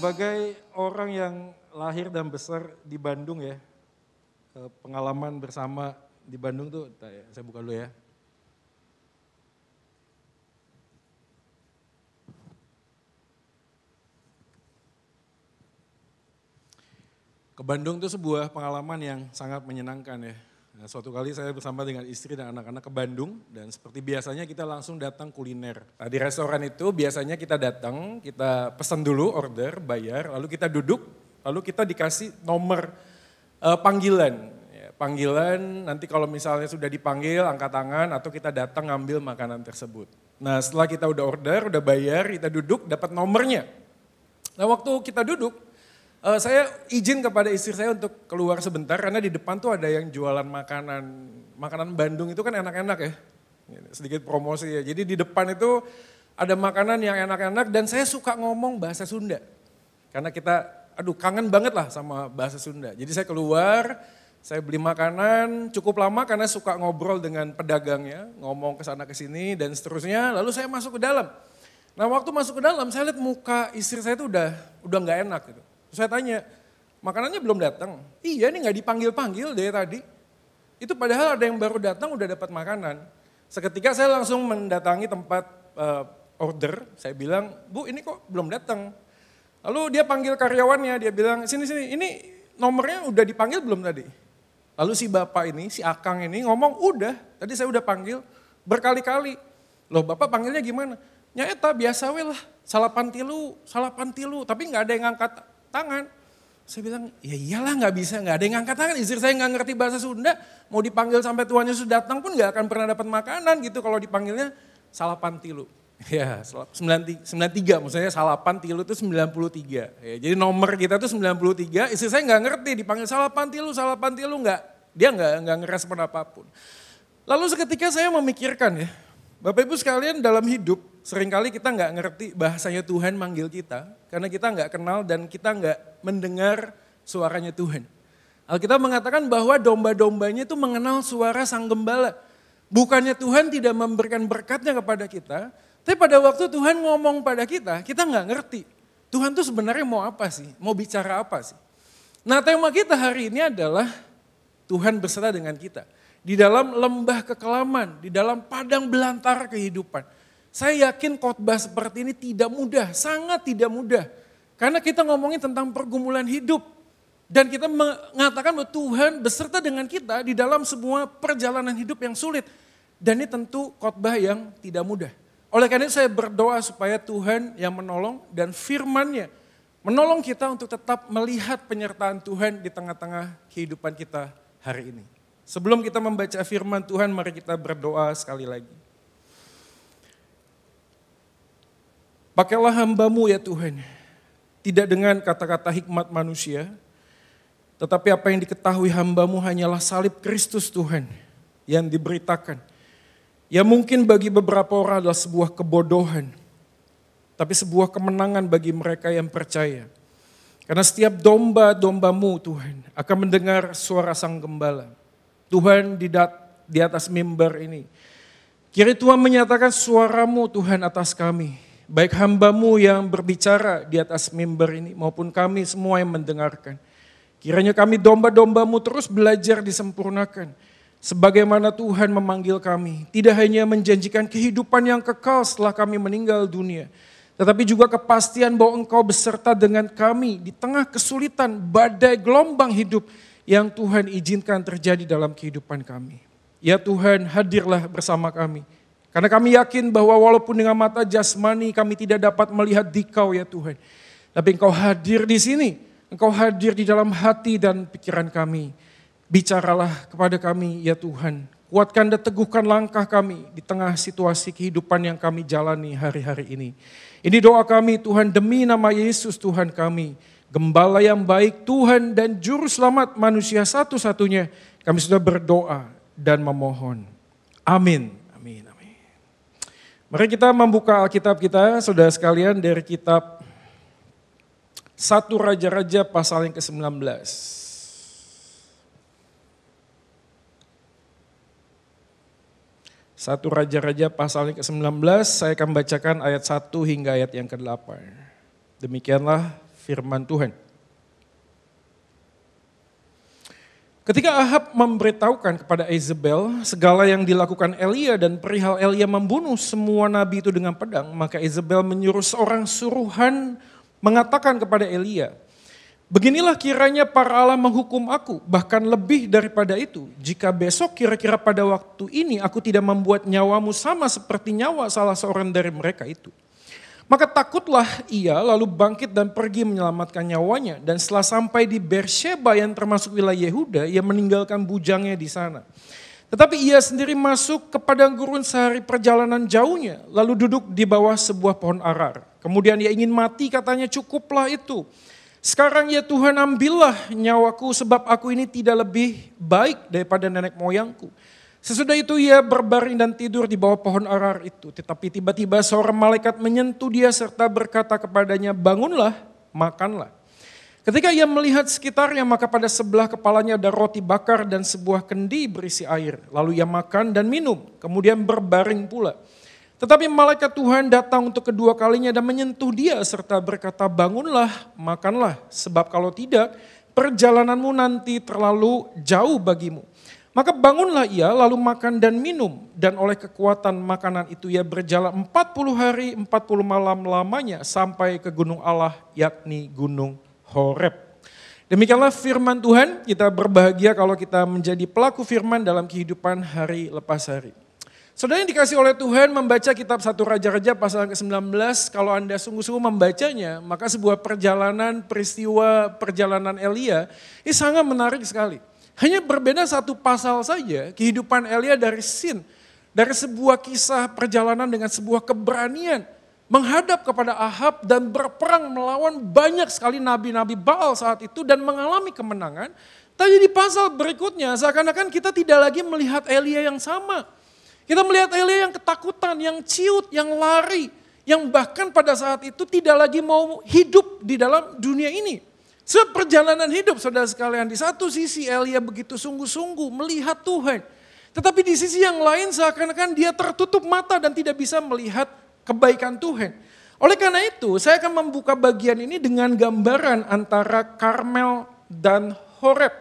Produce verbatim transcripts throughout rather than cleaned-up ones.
sebagai orang yang lahir dan besar di Bandung ya, pengalaman bersama di Bandung tuh, saya buka dulu ya. Ke Bandung itu sebuah pengalaman yang sangat menyenangkan ya. Nah, suatu kali saya bersama dengan istri dan anak-anak ke Bandung dan seperti biasanya kita langsung datang kuliner. Nah, di restoran itu biasanya kita datang, kita pesan dulu order, bayar, lalu kita duduk, lalu kita dikasih nomor uh, panggilan. Ya, panggilan nanti kalau misalnya sudah dipanggil angkat tangan atau kita datang ngambil makanan tersebut. Nah setelah kita udah order, udah bayar, kita duduk dapat nomornya. Nah waktu kita duduk, Uh, saya izin kepada istri saya untuk keluar sebentar karena di depan tuh ada yang jualan makanan. Makanan Bandung itu kan enak-enak ya, sedikit promosi ya. Jadi di depan itu ada makanan yang enak-enak dan saya suka ngomong bahasa Sunda. Karena kita, aduh kangen banget lah sama bahasa Sunda. Jadi saya keluar, saya beli makanan cukup lama karena suka ngobrol dengan pedagangnya, ngomong ke sana ke sini dan seterusnya. Lalu saya masuk ke dalam. Nah waktu masuk ke dalam saya lihat muka istri saya itu udah udah nggak enak gitu. Saya tanya, makanannya belum datang? Iya nih gak dipanggil-panggil dari tadi. Itu padahal ada yang baru datang udah dapat makanan. Seketika saya langsung mendatangi tempat uh, order, saya bilang, Bu ini kok belum datang? Lalu dia panggil karyawannya, dia bilang, sini-sini, ini nomornya udah dipanggil belum tadi? Lalu si bapak ini, si Akang ini ngomong, udah, tadi saya udah panggil berkali-kali. Loh bapak panggilnya gimana? Nyata biasa we lah, salapan tilu, salapan tilu, tapi gak ada yang ngangkat tangan. Saya bilang, ya iyalah gak bisa, gak ada yang ngangkat tangan. Istri saya gak ngerti bahasa Sunda, mau dipanggil sampai tuannya sudah datang pun gak akan pernah dapat makanan gitu kalau dipanggilnya salapan tilu. Ya, sembilan puluh tiga maksudnya salapan tilu itu sembilan puluh tiga. Ya, jadi nomor kita itu sembilan puluh tiga, istri saya gak ngerti dipanggil salapan tilu, salapan tilu gak, dia gak, gak ngerespon apapun. Lalu seketika saya memikirkan ya, Bapak Ibu sekalian dalam hidup, seringkali kita nggak ngerti bahasanya Tuhan manggil kita, karena kita nggak kenal dan kita nggak mendengar suaranya Tuhan. Alkitab mengatakan bahwa domba-dombanya itu mengenal suara sang gembala. Bukannya Tuhan tidak memberikan berkatnya kepada kita, tapi pada waktu Tuhan ngomong pada kita, kita nggak ngerti. Tuhan tuh sebenarnya mau apa sih? Mau bicara apa sih? Nah tema kita hari ini adalah Tuhan beserta dengan kita. Di dalam lembah kekelaman, di dalam padang belantara kehidupan. Saya yakin khotbah seperti ini tidak mudah, sangat tidak mudah. Karena kita ngomongin tentang pergumulan hidup. Dan kita mengatakan bahwa Tuhan beserta dengan kita di dalam semua perjalanan hidup yang sulit. Dan ini tentu khotbah yang tidak mudah. Oleh karena itu saya berdoa supaya Tuhan yang menolong dan firman-Nya menolong kita untuk tetap melihat penyertaan Tuhan di tengah-tengah kehidupan kita hari ini. Sebelum kita membaca firman Tuhan, mari kita berdoa sekali lagi. Pakailah hamba-Mu ya Tuhan, tidak dengan kata-kata hikmat manusia, tetapi apa yang diketahui hamba-Mu hanyalah salib Kristus Tuhan yang diberitakan. Ya mungkin bagi beberapa orang adalah sebuah kebodohan, tapi sebuah kemenangan bagi mereka yang percaya. Karena setiap domba-domba-Mu Tuhan akan mendengar suara sang gembala. Tuhan di, dat, di atas mimbar ini. Kiri Tuhan menyatakan suara-Mu Tuhan atas kami. Baik hamba-Mu yang berbicara di atas mimbar ini maupun kami semua yang mendengarkan. Kiranya kami domba-domba-Mu terus belajar disempurnakan. Sebagaimana Tuhan memanggil kami. Tidak hanya menjanjikan kehidupan yang kekal setelah kami meninggal dunia. Tetapi juga kepastian bahwa Engkau beserta dengan kami di tengah kesulitan badai gelombang hidup yang Tuhan izinkan terjadi dalam kehidupan kami. Ya Tuhan, hadirlah bersama kami. Karena kami yakin bahwa walaupun dengan mata jasmani kami tidak dapat melihat Dikau ya Tuhan. Tapi Engkau hadir di sini. Engkau hadir di dalam hati dan pikiran kami. Bicaralah kepada kami ya Tuhan. Kuatkan dan teguhkan langkah kami di tengah situasi kehidupan yang kami jalani hari-hari ini. Ini doa kami Tuhan demi nama Yesus Tuhan kami. Gembala yang baik Tuhan dan Juru Selamat manusia satu-satunya. Kami sudah berdoa dan memohon. Amin. Amin. Amin. Mari kita membuka Alkitab kita, saudara sekalian, dari kitab satu Raja-Raja pasal yang ke sembilan belas. satu Raja-Raja pasal yang ke sembilan belas, saya akan bacakan ayat satu hingga ayat yang ke delapan. Demikianlah firman Tuhan. Ketika Ahab memberitahukan kepada Yezebel segala yang dilakukan Elia dan perihal Elia membunuh semua nabi itu dengan pedang, maka Yezebel menyuruh seorang suruhan mengatakan kepada Elia, beginilah kiranya para Allah menghukum aku, bahkan lebih daripada itu, jika besok kira-kira pada waktu ini aku tidak membuat nyawamu sama seperti nyawa salah seorang dari mereka itu. Maka takutlah ia lalu bangkit dan pergi menyelamatkan nyawanya. Dan setelah sampai di Beersheba yang termasuk wilayah Yehuda, ia meninggalkan bujangnya di sana. Tetapi ia sendiri masuk ke padang gurun sehari perjalanan jauhnya, lalu duduk di bawah sebuah pohon arar. Kemudian ia ingin mati, katanya cukuplah itu. Sekarang ya Tuhan, ambillah nyawaku sebab aku ini tidak lebih baik daripada nenek moyangku. Sesudah itu ia berbaring dan tidur di bawah pohon arar itu. Tetapi tiba-tiba seorang malaikat menyentuh dia serta berkata kepadanya, bangunlah, makanlah. Ketika ia melihat sekitarnya, maka pada sebelah kepalanya ada roti bakar dan sebuah kendi berisi air. Lalu ia makan dan minum, kemudian berbaring pula. Tetapi malaikat Tuhan datang untuk kedua kalinya dan menyentuh dia serta berkata, bangunlah, makanlah. Sebab kalau tidak, perjalananmu nanti terlalu jauh bagimu. Maka bangunlah ia lalu makan dan minum, dan oleh kekuatan makanan itu ia berjalan empat puluh hari empat puluh malam lamanya sampai ke gunung Allah, yakni gunung Horeb. Demikianlah firman Tuhan, kita berbahagia kalau kita menjadi pelaku firman dalam kehidupan hari lepas hari. Saudara yang dikasih oleh Tuhan, membaca kitab satu Raja-Raja pasal ke sembilan belas, kalau Anda sungguh-sungguh membacanya, maka sebuah perjalanan, peristiwa perjalanan Elia, ini sangat menarik sekali. Hanya berbeda satu pasal saja, kehidupan Elia dari sin, dari sebuah kisah perjalanan dengan sebuah keberanian, menghadap kepada Ahab dan berperang melawan banyak sekali nabi-nabi Baal saat itu dan mengalami kemenangan. Tapi di pasal berikutnya seakan-akan kita tidak lagi melihat Elia yang sama. Kita melihat Elia yang ketakutan, yang ciut, yang lari, yang bahkan pada saat itu tidak lagi mau hidup di dalam dunia ini. Sebab perjalanan hidup saudara sekalian, di satu sisi Elia begitu sungguh-sungguh melihat Tuhan. Tetapi di sisi yang lain seakan-akan dia tertutup mata dan tidak bisa melihat kebaikan Tuhan. Oleh karena itu saya akan membuka bagian ini dengan gambaran antara Karmel dan Horeb.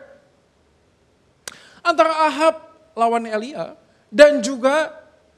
Antara Ahab lawan Elia dan juga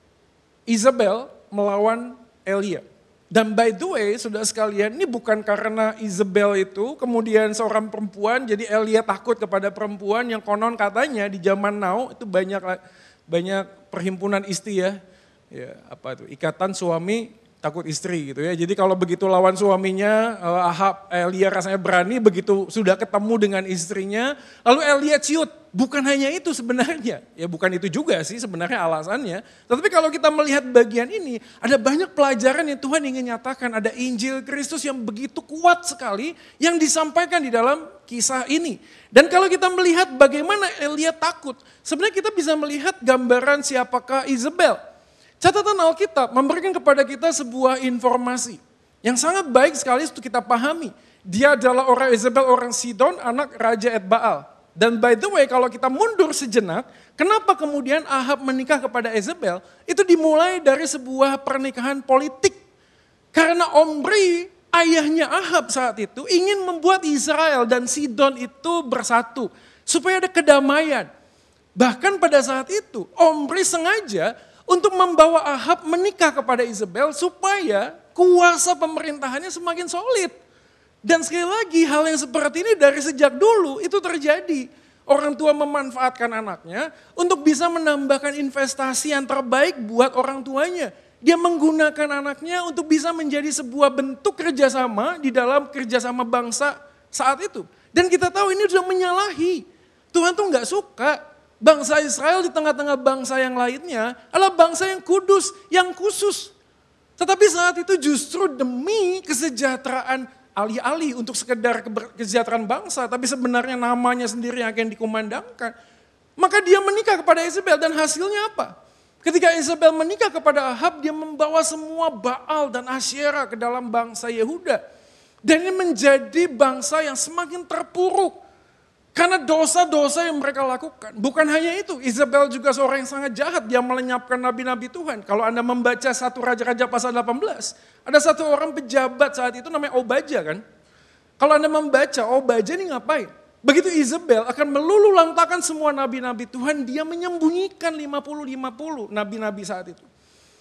Yezebel melawan Elia. Dan by the way, saudara sekalian, ini bukan karena Yezebel itu kemudian seorang perempuan, jadi Elia takut kepada perempuan yang konon katanya di zaman now itu banyak banyak perhimpunan istri ya, ya apa itu ikatan suami takut istri gitu ya. Jadi kalau begitu lawan suaminya, Ahab, Elia rasanya berani, begitu sudah ketemu dengan istrinya, lalu Elia ciut. Bukan hanya itu sebenarnya, ya bukan itu juga sih sebenarnya alasannya. Tetapi kalau kita melihat bagian ini, ada banyak pelajaran yang Tuhan ingin nyatakan. Ada Injil Kristus yang begitu kuat sekali yang disampaikan di dalam kisah ini. Dan kalau kita melihat bagaimana Elia takut, sebenarnya kita bisa melihat gambaran siapakah Yezebel. Catatan Alkitab memberikan kepada kita sebuah informasi yang sangat baik sekali untuk kita pahami. Dia adalah orang Yezebel, orang Sidon, anak Raja Etbaal. Dan by the way kalau kita mundur sejenak, kenapa kemudian Ahab menikah kepada Yezebel? Itu dimulai dari sebuah pernikahan politik. Karena Omri, ayahnya Ahab saat itu ingin membuat Israel dan Sidon itu bersatu. Supaya ada kedamaian. Bahkan pada saat itu Omri sengaja untuk membawa Ahab menikah kepada Yezebel supaya kuasa pemerintahannya semakin solid. Dan sekali lagi hal yang seperti ini dari sejak dulu itu terjadi. Orang tua memanfaatkan anaknya untuk bisa menambahkan investasi yang terbaik buat orang tuanya. Dia menggunakan anaknya untuk bisa menjadi sebuah bentuk kerjasama di dalam kerjasama bangsa saat itu. Dan kita tahu ini sudah menyalahi. Tuhan tuh gak suka bangsa Israel di tengah-tengah bangsa yang lainnya adalah bangsa yang kudus, yang khusus. Tetapi saat itu justru demi kesejahteraan alih-alih untuk sekedar kesejahteraan bangsa, tapi sebenarnya namanya sendiri yang akan dikumandangkan. Maka dia menikah kepada Yezebel dan hasilnya apa? Ketika Yezebel menikah kepada Ahab, dia membawa semua Baal dan Asyera ke dalam bangsa Yehuda. Dan ini menjadi bangsa yang semakin terpuruk. Karena dosa-dosa yang mereka lakukan. Bukan hanya itu, Yezebel juga seorang yang sangat jahat. Dia melenyapkan nabi-nabi Tuhan. Kalau Anda membaca satu Raja-Raja pasal delapan belas, ada satu orang pejabat saat itu namanya Obadya kan. Kalau Anda membaca, oh baja ini ngapain? Begitu Isabel akan melulu lantakan semua nabi-nabi Tuhan, dia menyembunyikan lima puluh lima puluh nabi-nabi saat itu.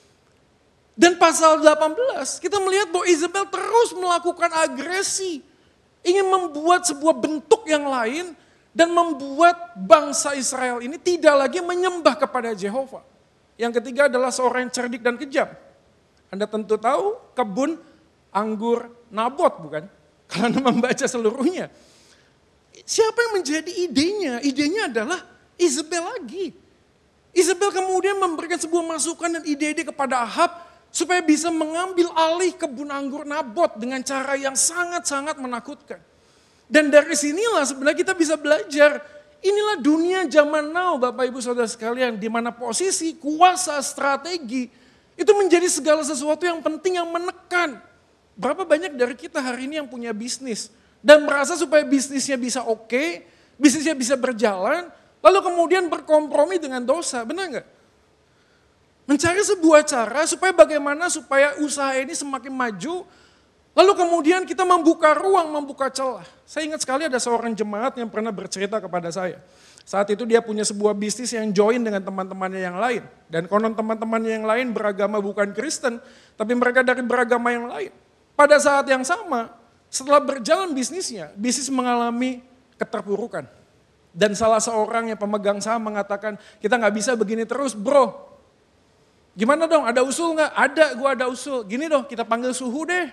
Dan pasal delapan belas kita melihat bahwa Isabel terus melakukan agresi. Ingin membuat sebuah bentuk yang lain dan membuat bangsa Israel ini tidak lagi menyembah kepada Yehova. Yang ketiga adalah seorang yang cerdik dan kejam. Anda tentu tahu kebun anggur Nabot bukan? Kalau Anda membaca seluruhnya. Siapa yang menjadi idenya? Idenya adalah Isabel lagi. Isabel kemudian memberikan sebuah masukan dan ide-ide kepada Ahab supaya bisa mengambil alih kebun anggur Nabot dengan cara yang sangat-sangat menakutkan. Dan dari sinilah sebenarnya kita bisa belajar, inilah dunia zaman now Bapak Ibu Saudara sekalian, di mana posisi, kuasa, strategi itu menjadi segala sesuatu yang penting yang menekan. Berapa banyak dari kita hari ini yang punya bisnis dan merasa supaya bisnisnya bisa oke, bisnisnya bisa berjalan, lalu kemudian berkompromi dengan dosa, benar nggak? Mencari sebuah cara supaya bagaimana supaya usaha ini semakin maju, lalu kemudian kita membuka ruang, membuka celah. Saya ingat sekali ada seorang jemaat yang pernah bercerita kepada saya. Saat itu dia punya sebuah bisnis yang join dengan teman-temannya yang lain. Dan konon teman-temannya yang lain beragama bukan Kristen, tapi mereka dari beragama yang lain. Pada saat yang sama, setelah berjalan bisnisnya, bisnis mengalami keterpurukan. Dan salah seorang yang pemegang saham mengatakan, kita nggak bisa begini terus bro. Gimana dong, ada usul nggak? Ada, gue ada usul. Gini dong, kita panggil suhu deh.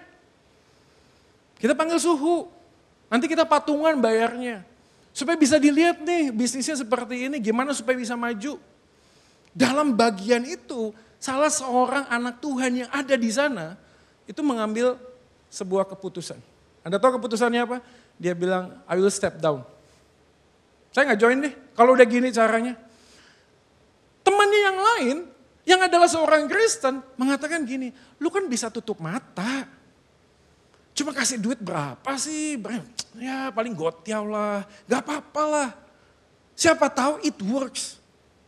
Kita panggil suhu. Nanti kita patungan bayarnya. Supaya bisa dilihat nih bisnisnya seperti ini, gimana supaya bisa maju. Dalam bagian itu, salah seorang anak Tuhan yang ada di sana, itu mengambil sebuah keputusan. Anda tahu keputusannya apa? Dia bilang, I will step down. Saya nggak join deh, kalau udah gini caranya. Temannya yang lain, yang adalah seorang Kristen, mengatakan gini, lu kan bisa tutup mata. Cuma kasih duit berapa sih? Ya paling gotiau lah, gak apa-apa lah. Siapa tahu it works.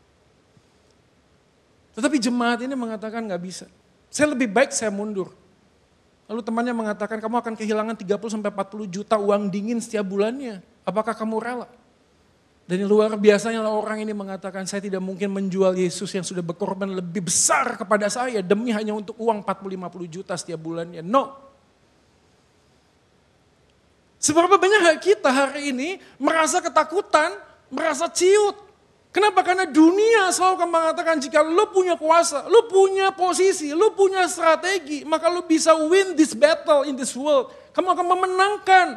Tetapi jemaat ini mengatakan gak bisa. Saya lebih baik saya mundur. Lalu temannya mengatakan kamu akan kehilangan tiga puluh sampai empat puluh juta uang dingin setiap bulannya. Apakah kamu rela? Dan yang luar biasanya orang ini mengatakan saya tidak mungkin menjual Yesus yang sudah berkorban lebih besar kepada saya demi hanya untuk uang empat puluh lima puluh juta setiap bulannya. No. Seberapa banyak kita hari ini merasa ketakutan, merasa ciut. Kenapa? Karena dunia selalu akan mengatakan jika lu punya kuasa, lu punya posisi, lu punya strategi, maka lu bisa win this battle in this world. Kamu akan memenangkan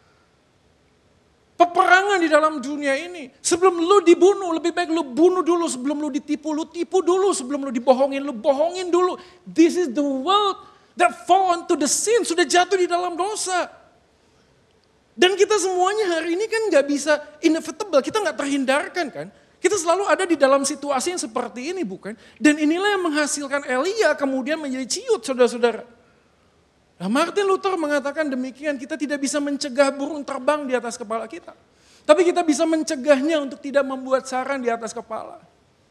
peperangan di dalam dunia ini. Sebelum lu dibunuh, lebih baik lu bunuh dulu. Sebelum lu ditipu, lu tipu dulu. Sebelum lu dibohongin, lu bohongin dulu. This is the world that fall into the sin, sudah jatuh di dalam dosa. Dan kita semuanya hari ini kan gak bisa inevitable, kita gak terhindarkan kan. Kita selalu ada di dalam situasi yang seperti ini bukan. Dan inilah yang menghasilkan Elia kemudian menjadi ciut saudara-saudara. Nah, Martin Luther mengatakan demikian, kita tidak bisa mencegah burung terbang di atas kepala kita. Tapi kita bisa mencegahnya untuk tidak membuat sarang di atas kepala.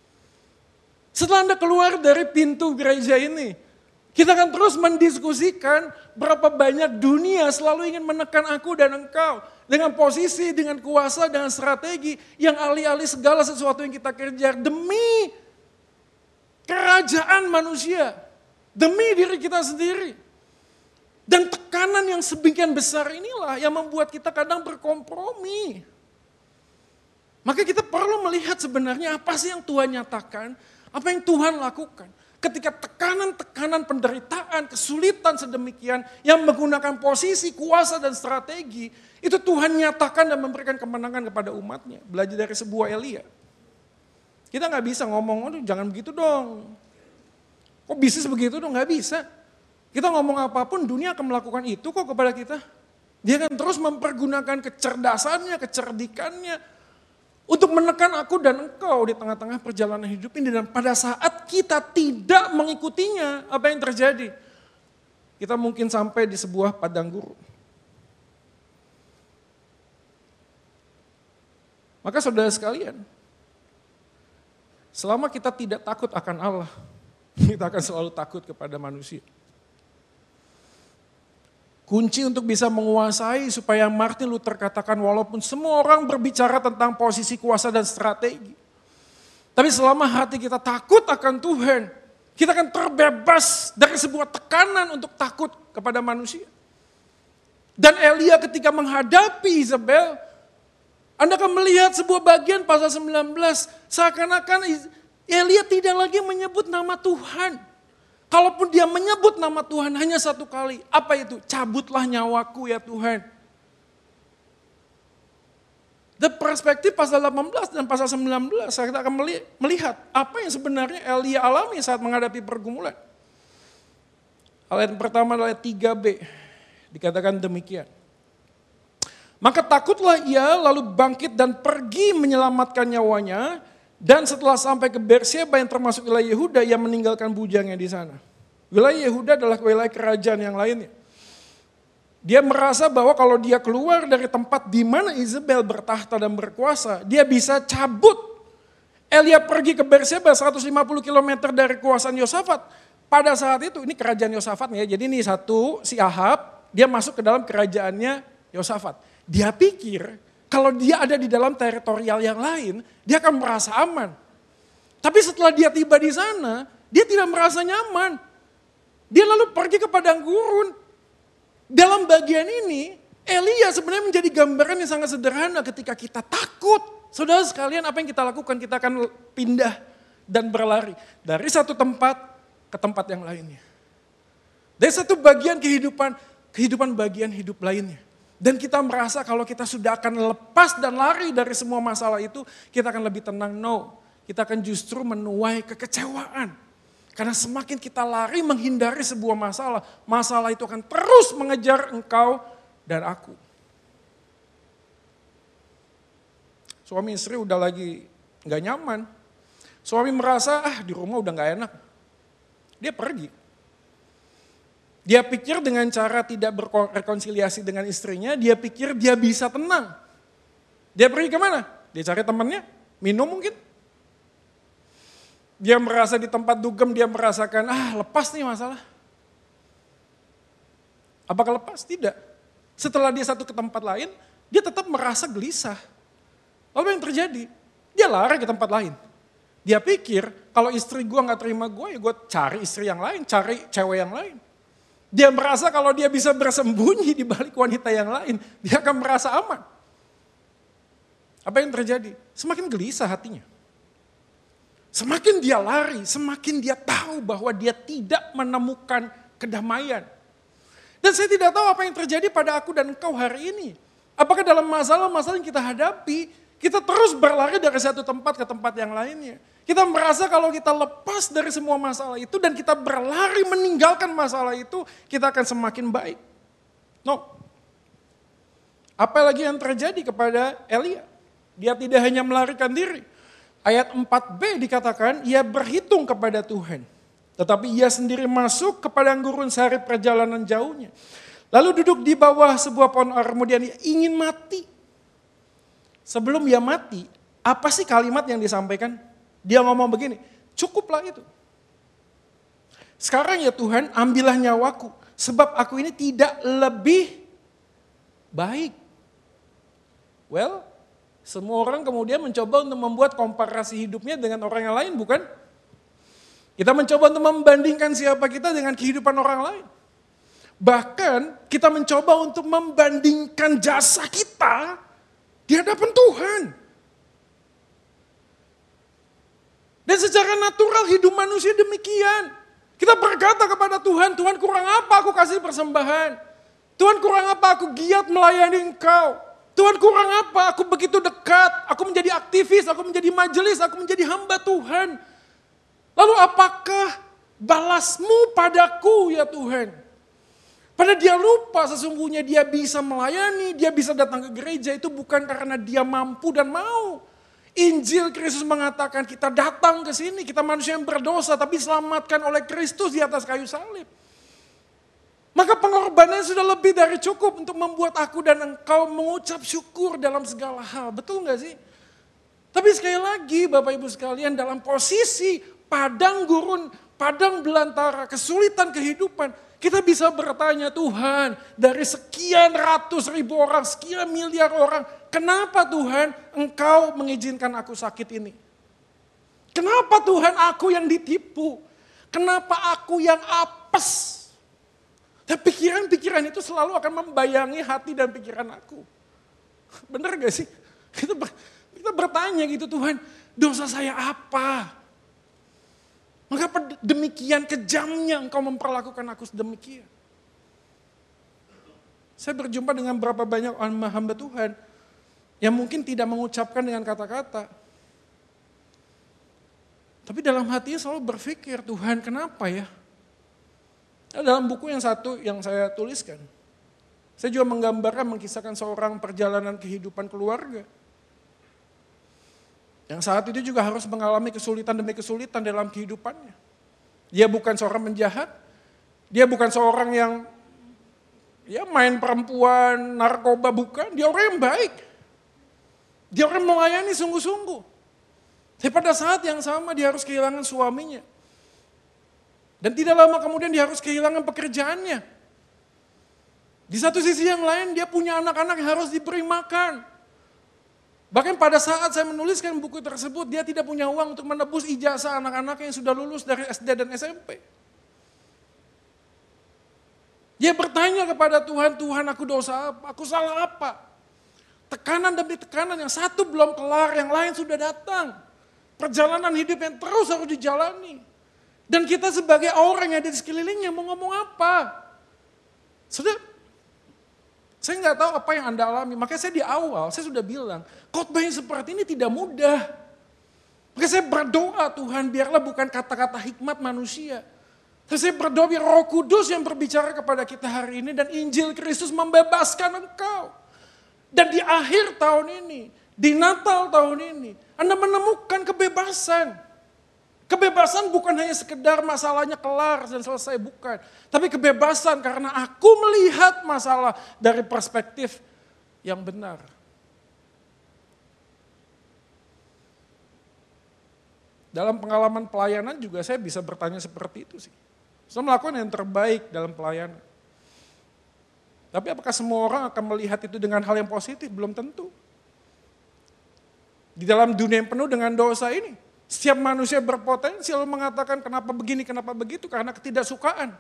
Setelah Anda keluar dari pintu gereja ini, kita akan terus mendiskusikan berapa banyak dunia selalu ingin menekan aku dan engkau. Dengan posisi, dengan kuasa, dengan strategi yang alih-alih segala sesuatu yang kita kejar demi kerajaan manusia. Demi diri kita sendiri. Dan tekanan yang sedemikian besar inilah yang membuat kita kadang berkompromi. Maka kita perlu melihat sebenarnya apa sih yang Tuhan nyatakan, apa yang Tuhan lakukan. Ketika tekanan-tekanan penderitaan, kesulitan sedemikian yang menggunakan posisi, kuasa dan strategi, itu Tuhan nyatakan dan memberikan kemenangan kepada umatnya. Belajar dari sebuah Elia. Kita gak bisa ngomong, aduh jangan begitu dong. Kok bisnis begitu dong? Gak bisa. Kita ngomong apapun dunia akan melakukan itu kok kepada kita. Dia akan terus mempergunakan kecerdasannya, kecerdikannya, untuk menekan aku dan engkau di tengah-tengah perjalanan hidup ini. Dan pada saat kita tidak mengikutinya, apa yang terjadi? Kita mungkin sampai di sebuah padang gurun. Maka saudara sekalian, selama kita tidak takut akan Allah, kita akan selalu takut kepada manusia. Kunci untuk bisa menguasai supaya Martin Luther katakan walaupun semua orang berbicara tentang posisi kuasa dan strategi. Tapi selama hati kita takut akan Tuhan, kita akan terbebas dari sebuah tekanan untuk takut kepada manusia. Dan Elia ketika menghadapi Isabel, Anda akan melihat sebuah bagian pasal sembilan belas, seakan-akan Elia tidak lagi menyebut nama Tuhan. Kalaupun dia menyebut nama Tuhan hanya satu kali, apa itu? Cabutlah nyawaku ya Tuhan. Dan perspektif pasal delapan belas dan pasal sembilan belas, kita akan melihat apa yang sebenarnya Elia alami saat menghadapi pergumulan. Ayat pertama adalah ayat tiga b, dikatakan demikian. Maka takutlah ia lalu bangkit dan pergi menyelamatkan nyawanya. Dan setelah sampai ke Beersheba yang termasuk wilayah Yehuda, ia meninggalkan bujangnya di sana. Wilayah Yehuda adalah wilayah kerajaan yang lainnya. Dia merasa bahwa kalau dia keluar dari tempat di mana Isabel bertahta dan berkuasa, dia bisa cabut. Elia pergi ke Beersheba seratus lima puluh kilometer dari kekuasaan Yosafat. Pada saat itu, ini kerajaan Yosafat ya, jadi ini satu, si Ahab, dia masuk ke dalam kerajaannya Yosafat. Dia pikir, kalau dia ada di dalam teritorial yang lain, dia akan merasa aman. Tapi setelah dia tiba di sana, dia tidak merasa nyaman. Dia lalu pergi ke padang gurun. Dalam bagian ini, Elia sebenarnya menjadi gambaran yang sangat sederhana ketika kita takut. Saudara sekalian, apa yang kita lakukan? Kita akan pindah dan berlari dari satu tempat ke tempat yang lainnya. Dari satu bagian kehidupan, kehidupan bagian hidup lainnya. Dan kita merasa kalau kita sudah akan lepas dan lari dari semua masalah itu, kita akan lebih tenang. No, kita akan justru menuai kekecewaan. Karena semakin kita lari menghindari sebuah masalah, masalah itu akan terus mengejar engkau dan aku. Suami istri udah lagi gak nyaman. Suami merasa, ah di rumah udah gak enak. Dia pergi. Dia pikir dengan cara tidak berrekonsiliasi dengan istrinya, dia pikir dia bisa tenang. Dia pergi kemana? Dia cari temannya, minum mungkin. Dia merasa di tempat dugem, dia merasakan, ah lepas nih masalah. Apakah lepas? Tidak. Setelah dia satu ke tempat lain, dia tetap merasa gelisah. Lalu apa yang terjadi? Dia lari ke tempat lain. Dia pikir, kalau istri gue gak terima gue, ya gue cari istri yang lain, cari cewek yang lain. Dia merasa kalau dia bisa bersembunyi di balik wanita yang lain, dia akan merasa aman. Apa yang terjadi? Semakin gelisah hatinya. Semakin dia lari, semakin dia tahu bahwa dia tidak menemukan kedamaian. Dan saya tidak tahu apa yang terjadi pada aku dan engkau hari ini. Apakah dalam masalah-masalah yang kita hadapi, kita terus berlari dari satu tempat ke tempat yang lainnya. Kita merasa kalau kita lepas dari semua masalah itu dan kita berlari meninggalkan masalah itu, kita akan semakin baik. No. Apalagi yang terjadi kepada Elia. Dia tidak hanya melarikan diri. Ayat empat b dikatakan, ia berhitung kepada Tuhan. Tetapi ia sendiri masuk ke padang gurun sehari perjalanan jauhnya. Lalu duduk di bawah sebuah pohon ara, kemudian dia ingin mati. Sebelum dia mati, apa sih kalimat yang disampaikan? Dia ngomong begini, cukuplah itu. Sekarang ya Tuhan, ambillah nyawaku, sebab aku ini tidak lebih baik. Well, semua orang kemudian mencoba untuk membuat komparasi hidupnya dengan orang yang lain, bukan? Kita mencoba untuk membandingkan siapa kita dengan kehidupan orang lain. Bahkan kita mencoba untuk membandingkan jasa kita di hadapan Tuhan. Dan secara natural hidup manusia demikian. Kita berkata kepada Tuhan, Tuhan kurang apa aku kasih persembahan? Tuhan kurang apa aku giat melayani Engkau? Tuhan kurang apa aku begitu dekat? Aku menjadi aktivis, aku menjadi majelis, aku menjadi hamba Tuhan. Lalu apakah balasmu padaku ya Tuhan? Padahal dia lupa sesungguhnya dia bisa melayani, dia bisa datang ke gereja itu bukan karena dia mampu dan mau. Injil Kristus mengatakan kita datang ke sini, kita manusia yang berdosa tapi selamatkan oleh Kristus di atas kayu salib. Maka pengorbanannya sudah lebih dari cukup untuk membuat aku dan engkau mengucap syukur dalam segala hal. Betul gak sih? Tapi sekali lagi Bapak Ibu sekalian dalam posisi padang gurun, padang belantara, kesulitan kehidupan, Kita bisa bertanya, Tuhan, dari sekian ratus ribu orang, sekian miliar orang, kenapa Tuhan Engkau mengizinkan aku sakit ini? Kenapa Tuhan aku yang ditipu? Kenapa aku yang apes? Dan pikiran-pikiran itu selalu akan membayangi hati dan pikiran aku. Benar gak sih? Kita, ber, kita bertanya gitu, Tuhan, dosa saya apa? Mengapa demikian kejamnya Engkau memperlakukan aku sedemikian? Saya berjumpa dengan berapa banyak hamba Tuhan yang mungkin tidak mengucapkan dengan kata-kata. Tapi dalam hatinya selalu berpikir, Tuhan kenapa ya? Dalam buku yang satu yang saya tuliskan, saya juga menggambarkan, mengkisahkan seorang perjalanan kehidupan keluarga. Yang saat itu juga harus mengalami kesulitan demi kesulitan dalam kehidupannya. Dia bukan seorang penjahat, dia bukan seorang yang ya main perempuan, narkoba, bukan. Dia orang yang baik. Dia orang yang melayani sungguh-sungguh. Tapi pada saat yang sama dia harus kehilangan suaminya. Dan tidak lama kemudian dia harus kehilangan pekerjaannya. Di satu sisi yang lain dia punya anak-anak yang harus diberi makan. Bahkan pada saat saya menuliskan buku tersebut, dia tidak punya uang untuk menebus ijazah anak-anak yang sudah lulus dari S D dan S M P. Dia bertanya kepada Tuhan, Tuhan aku dosa apa? Aku salah apa? Tekanan demi tekanan, yang satu belum kelar, yang lain sudah datang. Perjalanan hidup yang terus harus dijalani. Dan kita sebagai orang yang ada di sekelilingnya mau ngomong apa? Sudah. Saya nggak tahu apa yang Anda alami, makanya saya di awal, saya sudah bilang, khotbah yang seperti ini tidak mudah. Makanya saya berdoa Tuhan, biarlah bukan kata-kata hikmat manusia. Tapi saya berdoa biar Roh Kudus yang berbicara kepada kita hari ini dan Injil Kristus membebaskan engkau. Dan di akhir tahun ini, di Natal tahun ini, Anda menemukan kebebasan. Kebebasan bukan hanya sekedar masalahnya kelar dan selesai, bukan. Tapi kebebasan karena aku melihat masalah dari perspektif yang benar. Dalam pengalaman pelayanan juga saya bisa bertanya seperti itu sih. Saya melakukan yang terbaik dalam pelayanan. Tapi apakah semua orang akan melihat itu dengan hal yang positif? Belum tentu. Di dalam dunia yang penuh dengan dosa ini, setiap manusia berpotensi lalu mengatakan kenapa begini, kenapa begitu, karena ketidaksukaan.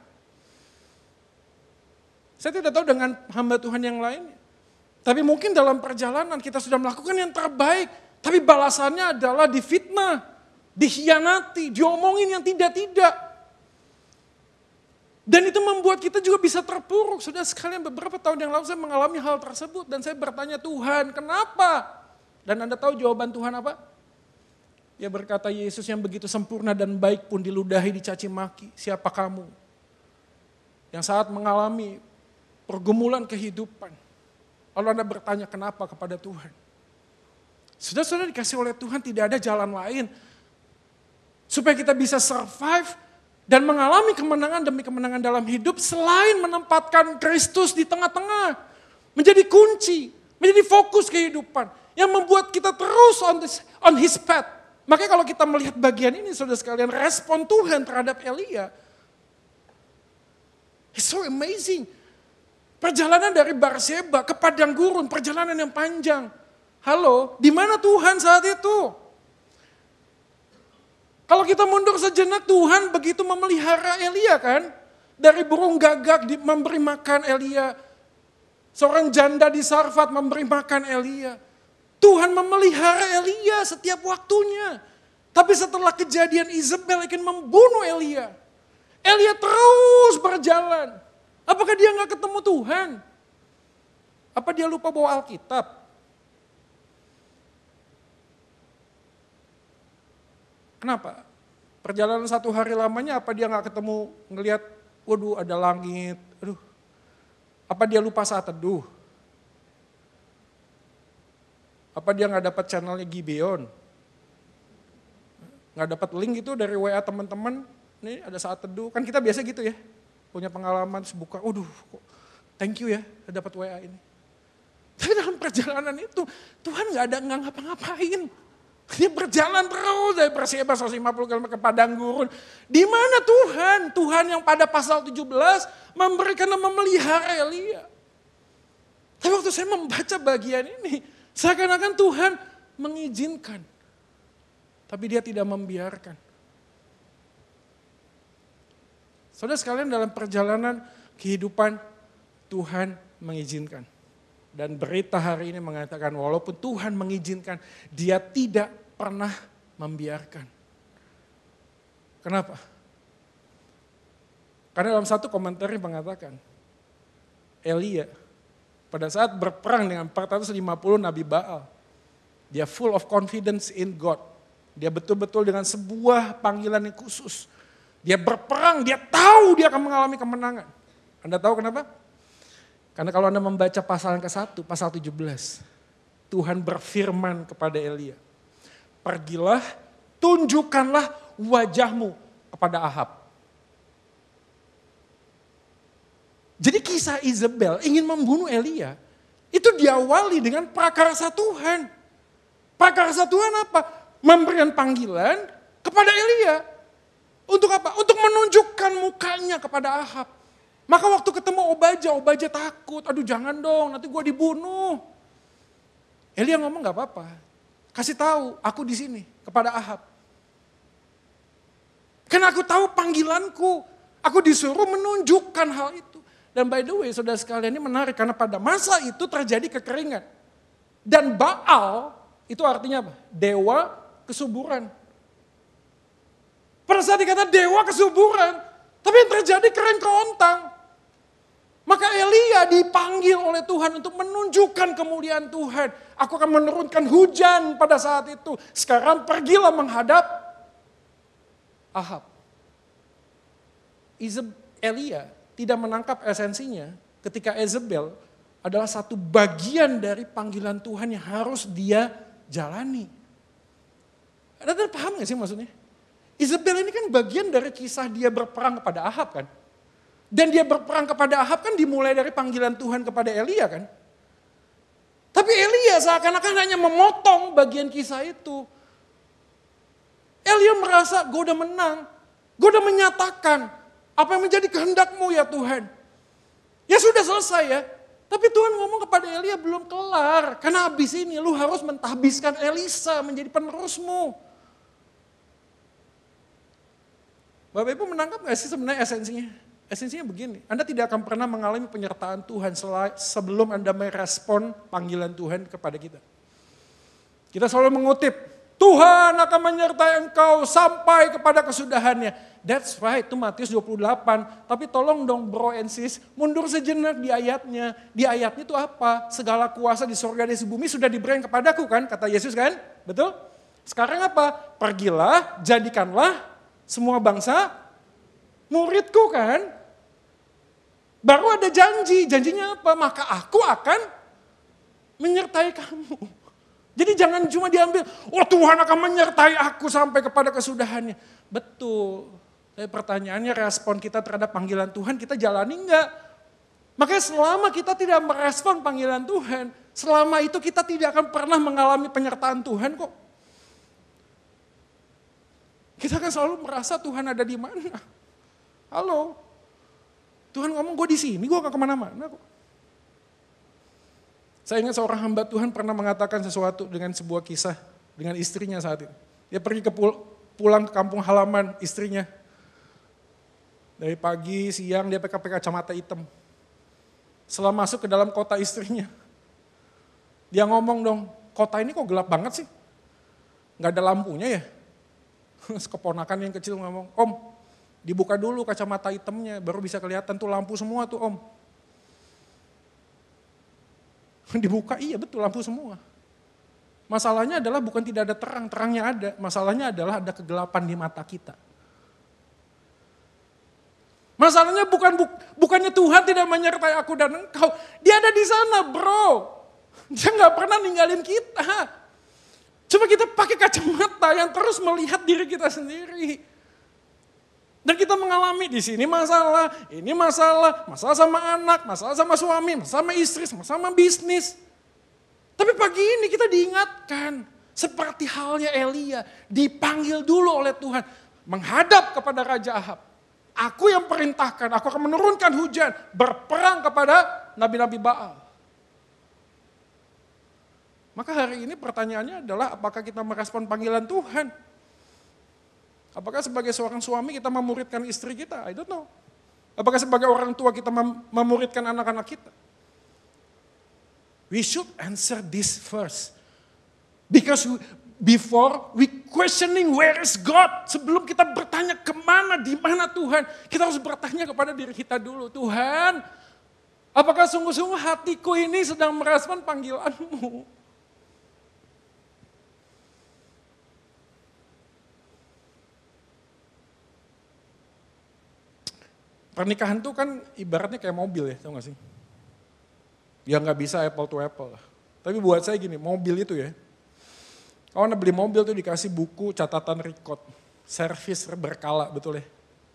Saya tidak tahu dengan hamba Tuhan yang lainnya. Tapi mungkin dalam perjalanan kita sudah melakukan yang terbaik, tapi balasannya adalah difitnah, dikhianati, diomongin yang tidak-tidak. Dan itu membuat kita juga bisa terpuruk. Sudah sekalian beberapa tahun yang lalu saya mengalami hal tersebut dan saya bertanya, Tuhan kenapa? Dan Anda tahu jawaban Tuhan apa? Dia berkata, Yesus yang begitu sempurna dan baik pun diludahi, dicaci maki. Siapa kamu? Yang saat mengalami pergumulan kehidupan. Lalu Anda bertanya kenapa kepada Tuhan. Sudah-sudah dikasih oleh Tuhan, tidak ada jalan lain. Supaya kita bisa survive dan mengalami kemenangan demi kemenangan dalam hidup. Selain menempatkan Kristus di tengah-tengah. Menjadi kunci, menjadi fokus kehidupan. Yang membuat kita terus on, this, on his path. Makanya kalau kita melihat bagian ini, saudara sekalian, respon Tuhan terhadap Elia, it's so amazing. Perjalanan dari Barseba ke padang gurun, perjalanan yang panjang. Halo, di mana Tuhan saat itu? Kalau kita mundur sejenak, Tuhan begitu memelihara Elia kan? Dari burung gagak memberi makan Elia. Seorang janda di Sarfat memberi makan Elia. Tuhan memelihara Elia setiap waktunya. Tapi setelah kejadian Izebel ingin membunuh Elia. Elia terus berjalan. Apakah dia nggak ketemu Tuhan? Apa dia lupa bawa Alkitab? Kenapa? Perjalanan satu hari lamanya apa dia nggak ketemu ngelihat, waduh ada langit, aduh. Apa dia lupa saat teduh? Apa dia nggak dapat channelnya Gibeon? Nggak dapat link itu dari W A teman-teman, nih ada saat teduh. Kan kita biasa gitu ya, punya pengalaman terus buka, waduh thank you ya dapat W A ini. Tapi dalam perjalanan itu Tuhan nggak ada nggak ngapa-ngapain. Dia berjalan terus dari Berseba seratus lima puluh kilometer ke padang gurun. Di mana Tuhan? Tuhan yang pada pasal tujuh belas memberikan dan memelihara Elia. Tapi waktu saya membaca bagian ini, seakan-akan Tuhan mengizinkan. Tapi dia tidak membiarkan. Saudara sekalian, dalam perjalanan kehidupan Tuhan mengizinkan. Dan berita hari ini mengatakan walaupun Tuhan mengizinkan, dia tidak pernah membiarkan. Kenapa? Karena dalam satu komentar mengatakan, Elia pada saat berperang dengan empat ratus lima puluh Nabi Baal, dia full of confidence in God. Dia betul-betul dengan sebuah panggilan yang khusus. Dia berperang, dia tahu dia akan mengalami kemenangan. Anda tahu kenapa? Karena kalau Anda membaca pasal yang ke satu, pasal tujuh belas. Tuhan berfirman kepada Elia. Pergilah, tunjukkanlah wajahmu kepada Ahab. Jadi kisah Isabel ingin membunuh Elia. Itu diawali dengan prakarsa Tuhan. Prakarsa Tuhan apa? Memberikan panggilan kepada Elia. Untuk apa? Untuk menunjukkan mukanya kepada Ahab. Maka waktu ketemu Obaja, Obaja takut. Aduh jangan dong, nanti gue dibunuh. Elia ngomong gak apa-apa. Kasih tahu, aku di sini kepada Ahab. Karena aku tahu panggilanku. Aku disuruh menunjukkan hal itu. Dan by the way, saudara sekalian, ini menarik. Karena pada masa itu terjadi kekeringan. Dan Baal, itu artinya apa? Dewa kesuburan. Pada saat dikata dewa kesuburan. Tapi yang terjadi kering kerontang. Maka Elia dipanggil oleh Tuhan untuk menunjukkan kemuliaan Tuhan. Aku akan menurunkan hujan pada saat itu. Sekarang pergilah menghadap Ahab. Elia tidak menangkap esensinya ketika Isabel adalah satu bagian dari panggilan Tuhan yang harus dia jalani. Anda paham gak sih maksudnya? Isabel ini kan bagian dari kisah dia berperang kepada Ahab kan. Dan dia berperang kepada Ahab kan dimulai dari panggilan Tuhan kepada Elia kan. Tapi Elia seakan-akan hanya memotong bagian kisah itu. Elia merasa gue udah menang. Gue udah menyatakan apa yang menjadi kehendakmu ya Tuhan. Ya sudah selesai ya. Tapi Tuhan ngomong kepada Elia belum kelar. Karena habis ini lu harus mentahbiskan Elisa menjadi penerusmu. Bapak Ibu menangkap gak sih sebenarnya esensinya? Esensinya begini, Anda tidak akan pernah mengalami penyertaan Tuhan sebelum Anda merespon panggilan Tuhan kepada kita. Kita selalu mengutip, Tuhan akan menyertai engkau sampai kepada kesudahannya. That's right, itu Matius dua puluh delapan. Tapi tolong dong bro and sis, mundur sejenak di ayatnya. Di ayatnya itu apa? Segala kuasa di surga dan di bumi sudah diberikan kepadaku kan, kata Yesus kan? Betul? Sekarang apa? Pergilah, jadikanlah semua bangsa muridku kan? Baru ada janji, janjinya apa? Maka aku akan menyertai kamu. Jadi jangan cuma diambil, oh Tuhan akan menyertai aku sampai kepada kesudahannya. Betul, tapi pertanyaannya respon kita terhadap panggilan Tuhan kita jalani enggak? Makanya selama kita tidak merespon panggilan Tuhan, selama itu kita tidak akan pernah mengalami penyertaan Tuhan kok. Kita akan selalu merasa Tuhan ada di mana. Halo, Tuhan ngomong gue di sini, gue gak kemana-mana kok. Saya ingat seorang hamba Tuhan pernah mengatakan sesuatu dengan sebuah kisah dengan istrinya saat itu. Dia pergi ke pul- pulang ke kampung halaman istrinya. Dari pagi, siang dia pakai kacamata hitam. Setelah masuk ke dalam kota istrinya, dia ngomong dong, kota ini kok gelap banget sih? Gak ada lampunya ya? Keponakan yang kecil ngomong, Om, dibuka dulu kacamata hitamnya, baru bisa kelihatan tuh lampu semua tuh Om. Dibuka, iya betul lampu semua. Masalahnya adalah bukan tidak ada terang, terangnya ada. Masalahnya adalah ada kegelapan di mata kita. Masalahnya bukan bu, bukannya Tuhan tidak menyertai aku dan engkau. Dia ada di sana bro. Dia gak pernah ninggalin kita. Coba kita pakai kacamata yang terus melihat diri kita sendiri. Dan kita mengalami di sini masalah, ini masalah, masalah sama anak, masalah sama suami, masalah sama istri, masalah sama bisnis. Tapi pagi ini kita diingatkan, Seperti halnya Elia, dipanggil dulu oleh Tuhan, menghadap kepada Raja Ahab. Aku yang perintahkan, aku akan menurunkan hujan, berperang kepada nabi-nabi Baal. Maka hari ini pertanyaannya adalah apakah kita merespon panggilan Tuhan? Apakah sebagai seorang suami kita memuridkan istri kita? I don't know. Apakah sebagai orang tua kita mem- memuridkan anak-anak kita? We should answer this first. Because we, before we questioning where is God, sebelum kita bertanya kemana, di mana Tuhan, kita harus bertanya kepada diri kita dulu. Tuhan, apakah sungguh-sungguh hatiku ini sedang merespon panggilan-Mu? Pernikahan tuh kan ibaratnya kayak mobil ya, tau gak sih? Ya gak bisa apple to apple lah. Tapi buat saya gini, mobil itu ya, kalau Anda beli mobil tuh dikasih buku catatan record, servis berkala, betul ya?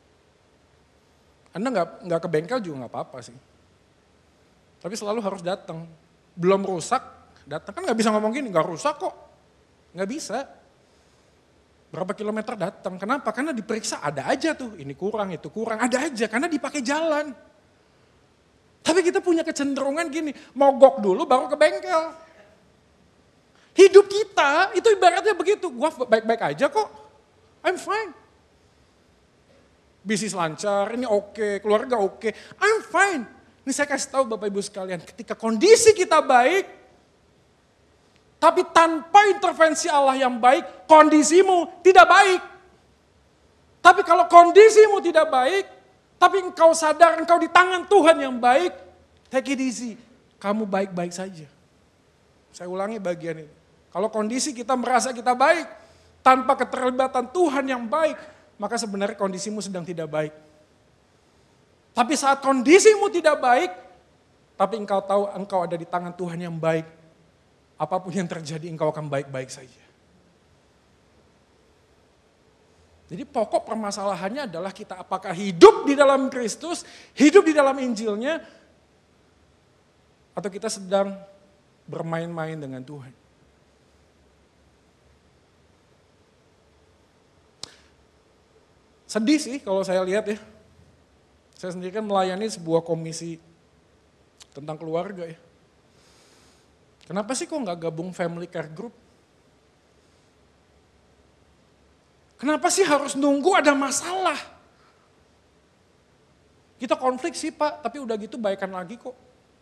Anda gak, gak ke bengkel juga gak apa-apa sih. Tapi selalu harus datang. Belum rusak, datang. Kan gak bisa ngomong gini, gak rusak kok. Gak bisa. Berapa kilometer datang, kenapa? Karena diperiksa ada aja tuh, ini kurang, itu kurang, ada aja, karena dipakai jalan. Tapi kita punya kecenderungan gini, mogok dulu baru ke bengkel. Hidup kita itu ibaratnya begitu, gua baik-baik aja kok, I'm fine. Bisnis lancar, ini oke, keluarga oke, I'm fine. Ini saya kasih tahu Bapak Ibu sekalian, ketika kondisi kita baik, tapi tanpa intervensi Allah yang baik, kondisimu tidak baik. Tapi kalau kondisimu tidak baik, tapi engkau sadar engkau di tangan Tuhan yang baik, take it easy, kamu baik-baik saja. Saya ulangi bagian ini. Kalau kondisi kita merasa kita baik, tanpa keterlibatan Tuhan yang baik, maka sebenarnya kondisimu sedang tidak baik. Tapi saat kondisimu tidak baik, tapi engkau tahu engkau ada di tangan Tuhan yang baik, apapun yang terjadi engkau akan baik-baik saja. Jadi pokok permasalahannya adalah kita apakah hidup di dalam Kristus, hidup di dalam Injilnya, atau kita sedang bermain-main dengan Tuhan. Sedih sih kalau saya lihat ya. Saya sendiri kan melayani sebuah komisi tentang keluarga ya. Kenapa sih kok nggak gabung family care group? Kenapa sih harus nunggu ada masalah? Kita konflik sih Pak, tapi udah gitu baikan lagi kok.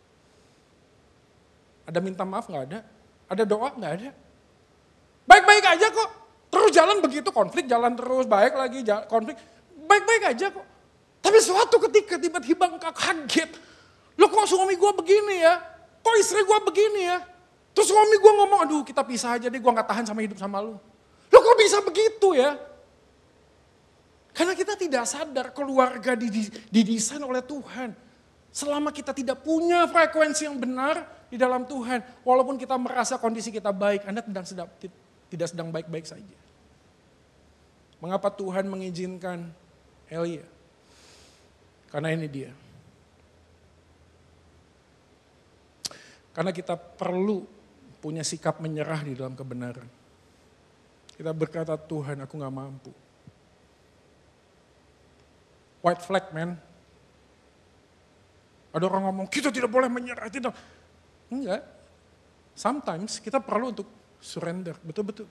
Ada minta maaf nggak ada? Ada doa nggak ada? Baik-baik aja kok. Terus jalan begitu, konflik jalan terus, baik lagi, jalan, konflik. Baik-baik aja kok. Tapi suatu ketika tiba-tiba engkau kaget. Loh kok suami gue begini ya? Kok istri gue begini ya? Terus suami gue ngomong, aduh kita pisah aja deh, gue gak tahan sama hidup sama lu. Loh kok bisa begitu ya? Karena kita tidak sadar keluarga didesain oleh Tuhan. Selama kita tidak punya frekuensi yang benar di dalam Tuhan, walaupun kita merasa kondisi kita baik, Anda tidak sedang, tidak sedang baik-baik saja. Mengapa Tuhan mengizinkan Elia? Karena ini dia. Karena kita perlu punya sikap menyerah di dalam kebenaran. Kita berkata, Tuhan aku gak mampu. White flag man. Ada orang ngomong, kita tidak boleh menyerah. Tidak. Enggak. Sometimes kita perlu untuk surrender. Betul-betul.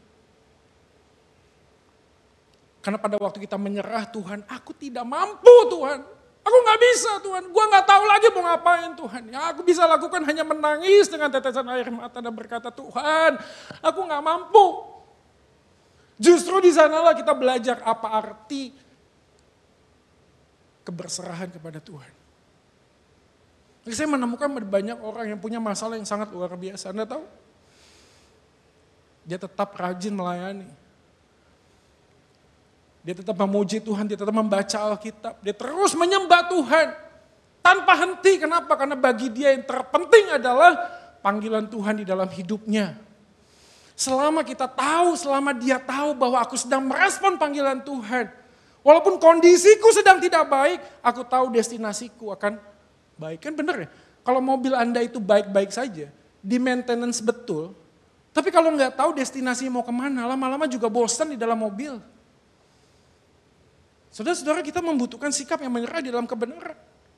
Karena pada waktu kita menyerah, Tuhan, aku tidak mampu Tuhan. Aku gak bisa Tuhan, gue gak tahu lagi mau ngapain Tuhan. Yang aku bisa lakukan hanya menangis dengan tetesan air mata dan berkata, Tuhan aku gak mampu. Justru di sanalah kita belajar apa arti keberserahan kepada Tuhan. Jadi saya menemukan banyak orang yang punya masalah yang sangat luar biasa. Anda tahu? Dia tetap rajin melayani. Dia tetap memuji Tuhan, dia tetap membaca Alkitab. Dia terus menyembah Tuhan. Tanpa henti, kenapa? Karena bagi dia yang terpenting adalah panggilan Tuhan di dalam hidupnya. Selama kita tahu, selama dia tahu bahwa aku sedang merespon panggilan Tuhan. Walaupun kondisiku sedang tidak baik, aku tahu destinasiku akan baik. Kan benar ya? Kalau mobil Anda itu baik-baik saja, di maintenance betul, Tapi kalau nggak tahu destinasi mau kemana, lama-lama juga bosan di dalam mobil. Saudara-saudara, kita membutuhkan sikap yang menyerah di dalam kebenaran.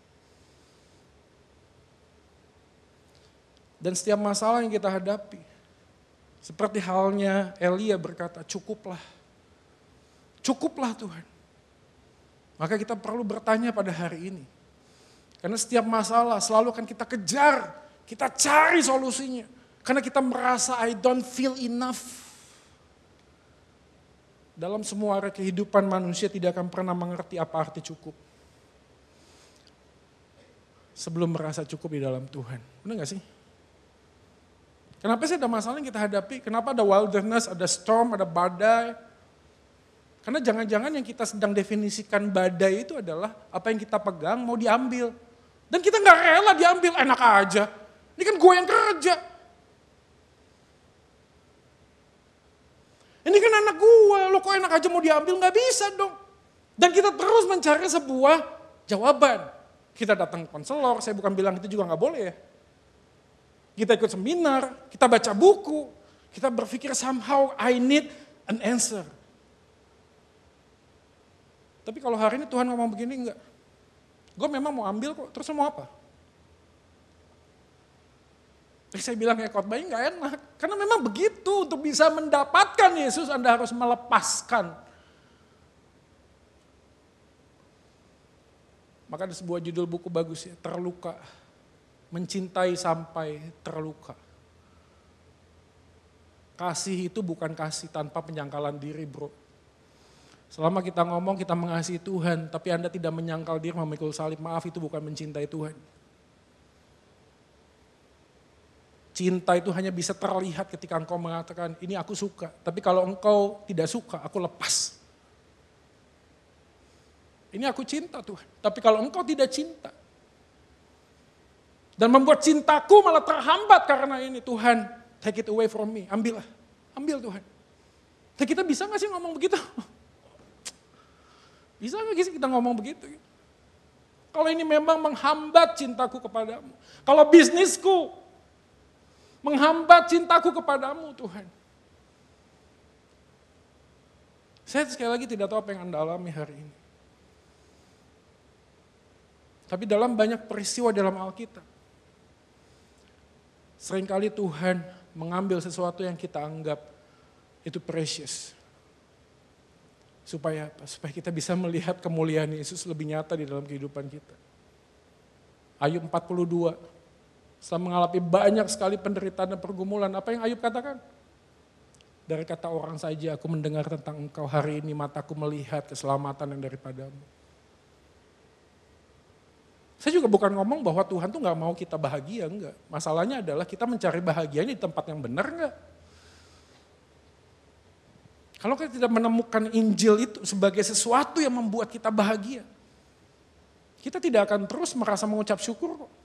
Dan setiap masalah yang kita hadapi, seperti halnya Elia berkata, cukuplah. Cukuplah Tuhan. Maka kita perlu bertanya pada hari ini. Karena setiap masalah selalu akan kita kejar, kita cari solusinya. Karena kita merasa I don't feel enough. Dalam semua area kehidupan manusia tidak akan pernah mengerti apa arti cukup. Sebelum merasa cukup di dalam Tuhan. Benar gak sih? Kenapa sih ada masalah yang kita hadapi? Kenapa ada wilderness, ada storm, ada badai? Karena jangan-jangan yang kita sedang definisikan badai itu adalah apa yang kita pegang mau diambil. Dan kita gak rela diambil, enak aja. Ini kan gue yang kerja. Ini kan anak gue, lo kok enak aja mau diambil, gak bisa dong. Dan kita terus mencari sebuah jawaban. Kita datang ke konselor, saya bukan bilang itu juga gak boleh ya. Kita ikut seminar, kita baca buku, kita berpikir somehow I need an answer. Tapi kalau hari ini Tuhan ngomong begini, enggak. Gue memang mau ambil kok, terus mau apa? Terus saya bilang ya khotbah ini gak enak. Karena memang begitu, untuk bisa mendapatkan Yesus Anda harus melepaskan. Maka ada sebuah judul buku bagus ya, Terluka. Mencintai sampai terluka. Kasih itu bukan kasih tanpa penyangkalan diri bro. Selama kita ngomong kita mengasihi Tuhan, tapi Anda tidak menyangkal diri memikul salib, maaf itu bukan mencintai Tuhan. Cinta itu hanya bisa terlihat ketika engkau mengatakan, ini aku suka. Tapi kalau engkau tidak suka, aku lepas. Ini aku cinta Tuhan. Tapi kalau engkau tidak cinta. Dan membuat cintaku malah terhambat karena ini. Tuhan, take it away from me. Ambillah. Ambil Tuhan. Dan kita bisa gak sih ngomong begitu? Bisa gak sih kita ngomong begitu? Kalau ini memang menghambat cintaku kepadamu. Kalau bisnisku menghambat cintaku kepadamu Tuhan. Saya sekali lagi tidak tahu apa yang Anda alami hari ini. Tapi dalam banyak peristiwa dalam Alkitab, seringkali Tuhan mengambil sesuatu yang kita anggap itu precious. Supaya apa? Supaya kita bisa melihat kemuliaan Yesus lebih nyata di dalam kehidupan kita. Ayub empat puluh dua. Setelah mengalami banyak sekali penderitaan dan pergumulan, apa yang Ayub katakan? Dari kata orang saja aku mendengar tentang engkau, hari ini mataku melihat keselamatan yang daripadamu. Saya juga bukan ngomong bahwa Tuhan tuh gak mau kita bahagia, enggak. Masalahnya adalah kita mencari bahagianya di tempat yang benar enggak. Kalau kita tidak menemukan Injil itu sebagai sesuatu yang membuat kita bahagia, kita tidak akan terus merasa mengucap syukur kok.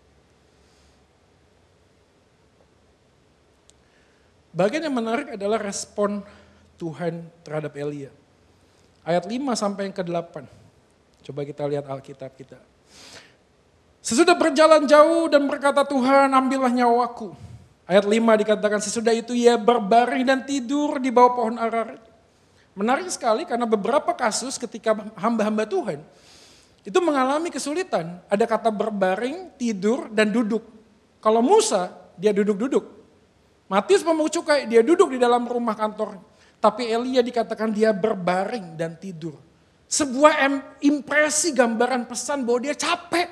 Bagian yang menarik adalah respon Tuhan terhadap Elia. Ayat lima sampai yang ke delapan. Coba kita lihat Alkitab kita. Sesudah berjalan jauh dan berkata, Tuhan ambillah nyawaku. Ayat lima dikatakan sesudah itu ia berbaring dan tidur di bawah pohon Ararat. Menarik sekali karena beberapa kasus ketika hamba-hamba Tuhan itu mengalami kesulitan. Ada kata berbaring, tidur, dan duduk. Kalau Musa dia duduk-duduk. Matius pemungut cukai, dia duduk di dalam rumah kantor. Tapi Elia dikatakan dia berbaring dan tidur. Sebuah impresi gambaran pesan bahwa dia capek.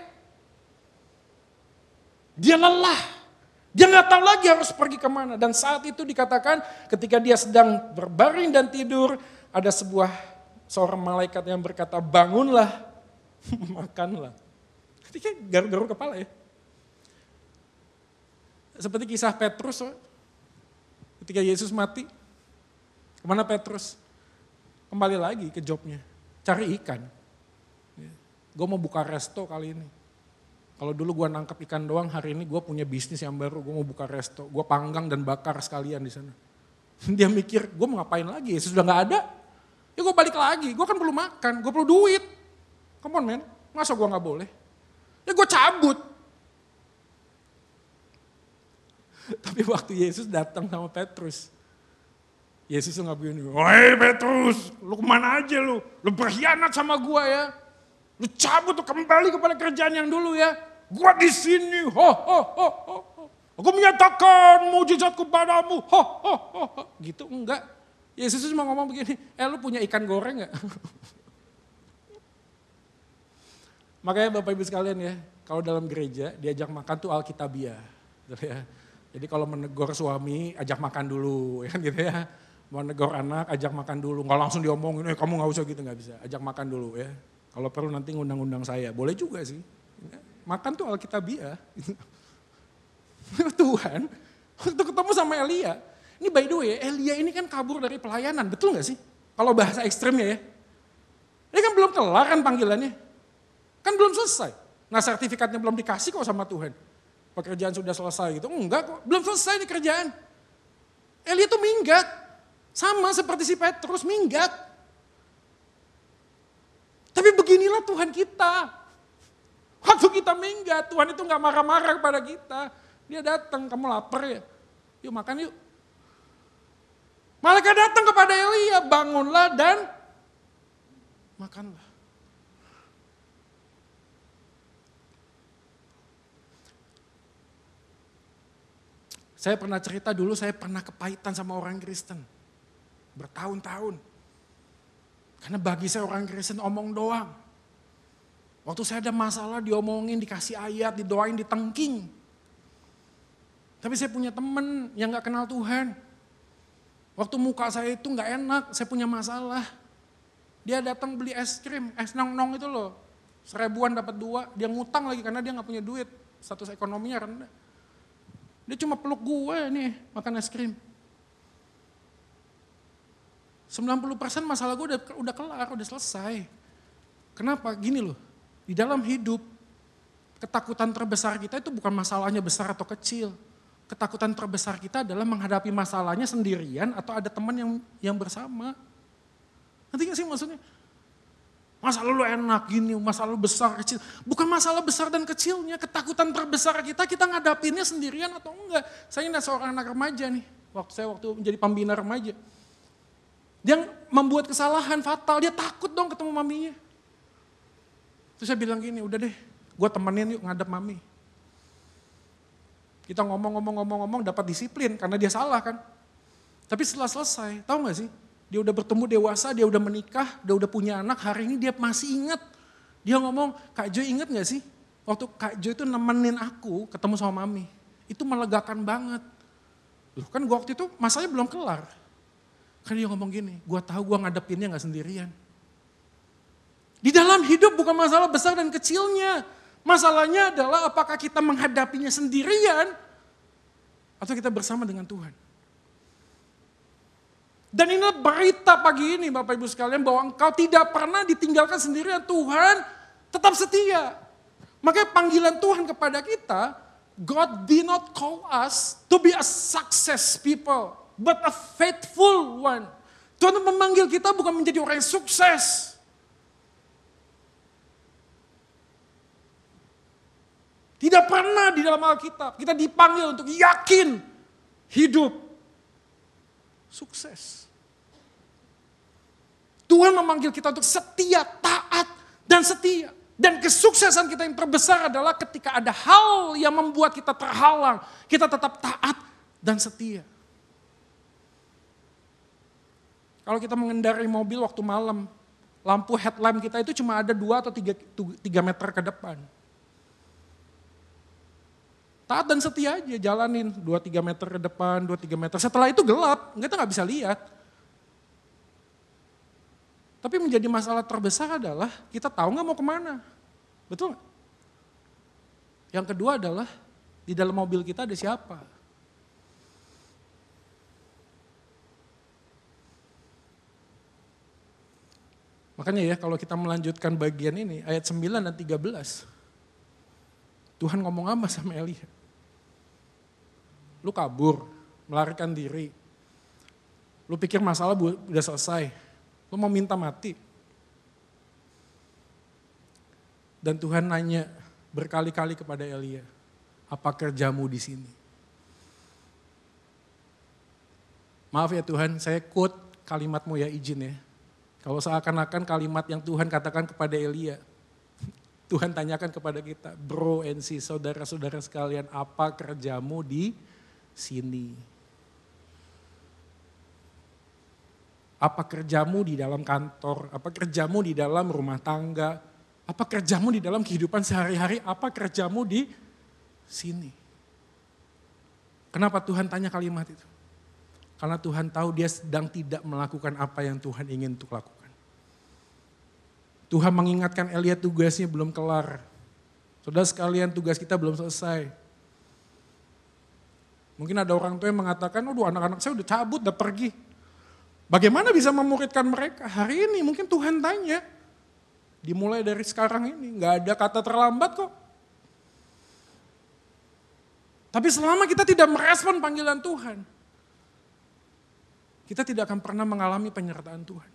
Dia lelah. Dia gak tahu lagi harus pergi kemana. Dan saat itu dikatakan ketika dia sedang berbaring dan tidur, ada sebuah seorang malaikat yang berkata, bangunlah, makanlah. Ketika garuk-garuk kepala ya. Seperti kisah Petrus, ketika Yesus mati, kemana Petrus? Kembali lagi ke jobnya, cari ikan. Gue mau buka resto kali ini. Kalau dulu gue nangkep ikan doang, hari ini gue punya bisnis yang baru, gue mau buka resto. Gue panggang dan bakar sekalian di sana. Dia mikir, gue mau ngapain lagi? Yesus udah gak ada. Ya gue balik lagi, gue kan perlu makan, gue perlu duit. Come on man, masa gue gak boleh? Ya gue cabut. Tapi waktu Yesus datang sama Petrus, Yesus tuh nggak begini, "Woi Petrus, lu kemana aja lu? Lu berkhianat sama gua ya. Lu cabut tuh kembali kepada kerjaan yang dulu ya. Gua di sini, ho ho ho ho. Aku menyatakan mujizatku padamu, ho ho ho ho." Gitu enggak. Yesus cuma ngomong begini, "Eh lu punya ikan goreng nggak?" Makanya Bapak Ibu sekalian ya, kalau dalam gereja diajak makan tuh alkitabiah. Gitu ya. Jadi kalau menegur suami, ajak makan dulu ya kan gitu ya. Mau negor anak, ajak makan dulu. Nggak langsung diomongin, eh kamu nggak usah gitu, nggak bisa. Ajak makan dulu ya. Kalau perlu nanti ngundang-undang saya, boleh juga sih. Makan tuh alkitabiah. Tuhan, waktu ketemu sama Elia. Ini by the way, Elia ini kan kabur dari pelayanan, betul nggak sih? Kalau bahasa ekstrimnya ya. Ini kan belum kelar kan panggilannya. Kan belum selesai. Nah sertifikatnya belum dikasih kok sama Tuhan. Pekerjaan sudah selesai gitu. Enggak kok, belum selesai nih kerjaan. Elia tuh minggat. Sama seperti si Petrus minggat. Tapi beginilah Tuhan kita. Waktu kita minggat, Tuhan itu gak marah-marah kepada kita. Dia datang, kamu lapar ya? Yuk makan yuk. Malaikat datang kepada Elia, bangunlah dan makanlah. Saya pernah cerita dulu, saya pernah kepahitan sama orang Kristen. Bertahun-tahun. Karena bagi saya orang Kristen omong doang. Waktu saya ada masalah diomongin, dikasih ayat, didoain, ditengking. Tapi saya punya temen yang gak kenal Tuhan. Waktu muka saya itu gak enak, saya punya masalah. Dia datang beli es krim, es nong-nong itu loh. Seribuan dapat dua, dia ngutang lagi karena dia gak punya duit. Status ekonominya rendah. Dia cuma peluk gue nih, makan es krim. sembilan puluh persen masalah gue udah, udah kelar, udah selesai. Kenapa? Gini loh, di dalam hidup, ketakutan terbesar kita itu bukan masalahnya besar atau kecil. Ketakutan terbesar kita adalah menghadapi masalahnya sendirian atau ada teman yang yang bersama. Nanti gak sih maksudnya? Masalah lu enak gini, masalah lu besar, kecil. Bukan masalah besar dan kecilnya, ketakutan terbesar kita, kita ngadapinnya sendirian atau enggak. Saya ini seorang anak remaja nih, waktu saya waktu menjadi pembina remaja. Dia membuat kesalahan fatal, dia takut dong ketemu maminya. Terus saya bilang gini, udah deh, gue temenin yuk ngadep mami. Kita ngomong-ngomong-ngomong-ngomong dapat disiplin karena dia salah kan. Tapi setelah selesai, tahu gak sih? Dia udah bertemu dewasa, dia udah menikah, dia udah punya anak, hari ini dia masih ingat. Dia ngomong, Kak Joy ingat gak sih? Waktu Kak Joy itu nemenin aku ketemu sama mami. Itu melegakan banget. Loh kan gua waktu itu masalahnya belum kelar. Kan dia ngomong gini, gua tahu gua ngadepinnya gak sendirian. Di dalam hidup bukan masalah besar dan kecilnya. Masalahnya adalah apakah kita menghadapinya sendirian atau kita bersama dengan Tuhan. Dan inilah berita pagi ini Bapak Ibu sekalian bahwa engkau tidak pernah ditinggalkan sendirian. Tuhan tetap setia. Makanya panggilan Tuhan kepada kita, God did not call us to be a success people, but a faithful one. Tuhan memanggil kita bukan menjadi orang yang sukses. Tidak pernah di dalam Alkitab kita dipanggil untuk yakin hidup sukses. Tuhan memanggil kita untuk setia, taat, dan setia. Dan kesuksesan kita yang terbesar adalah ketika ada hal yang membuat kita terhalang, kita tetap taat dan setia. Kalau kita mengendarai mobil waktu malam, lampu headlamp kita itu cuma ada dua atau tiga meter ke depan. Taat dan setia aja, jalanin dua tiga meter ke depan, dua tiga meter. Setelah itu gelap, kita nggak bisa lihat. Tapi menjadi masalah terbesar adalah kita tahu nggak mau kemana. Betul nggak? Yang kedua adalah di dalam mobil kita ada siapa. Makanya ya kalau kita melanjutkan bagian ini, ayat sembilan dan tiga belas. Tuhan ngomong apa sama Elia? Lu kabur, melarikan diri. Lu pikir masalah udah selesai. Lu mau minta mati. Dan Tuhan nanya berkali-kali kepada Elia, apa kerjamu di sini? Maaf ya Tuhan, saya quote kalimat-Mu ya, izin ya. Kalau seakan-akan kalimat yang Tuhan katakan kepada Elia, Tuhan tanyakan kepada kita, bro and sis, saudara-saudara sekalian, apa kerjamu di sini? Apa kerjamu di dalam kantor? Apa kerjamu di dalam rumah tangga? Apa kerjamu di dalam kehidupan sehari-hari? Apa kerjamu di sini? Kenapa Tuhan tanya kalimat itu? Karena Tuhan tahu dia sedang tidak melakukan apa yang Tuhan ingin untuk lakukan. Tuhan mengingatkan Elia tugasnya belum kelar. Saudara sekalian, tugas kita belum selesai. Mungkin ada orang tua yang mengatakan, aduh anak-anak saya udah cabut, udah pergi. Bagaimana bisa memuridkan mereka? Hari ini mungkin Tuhan tanya. Dimulai dari sekarang ini, gak ada kata terlambat kok. Tapi selama kita tidak merespon panggilan Tuhan, kita tidak akan pernah mengalami penyertaan Tuhan.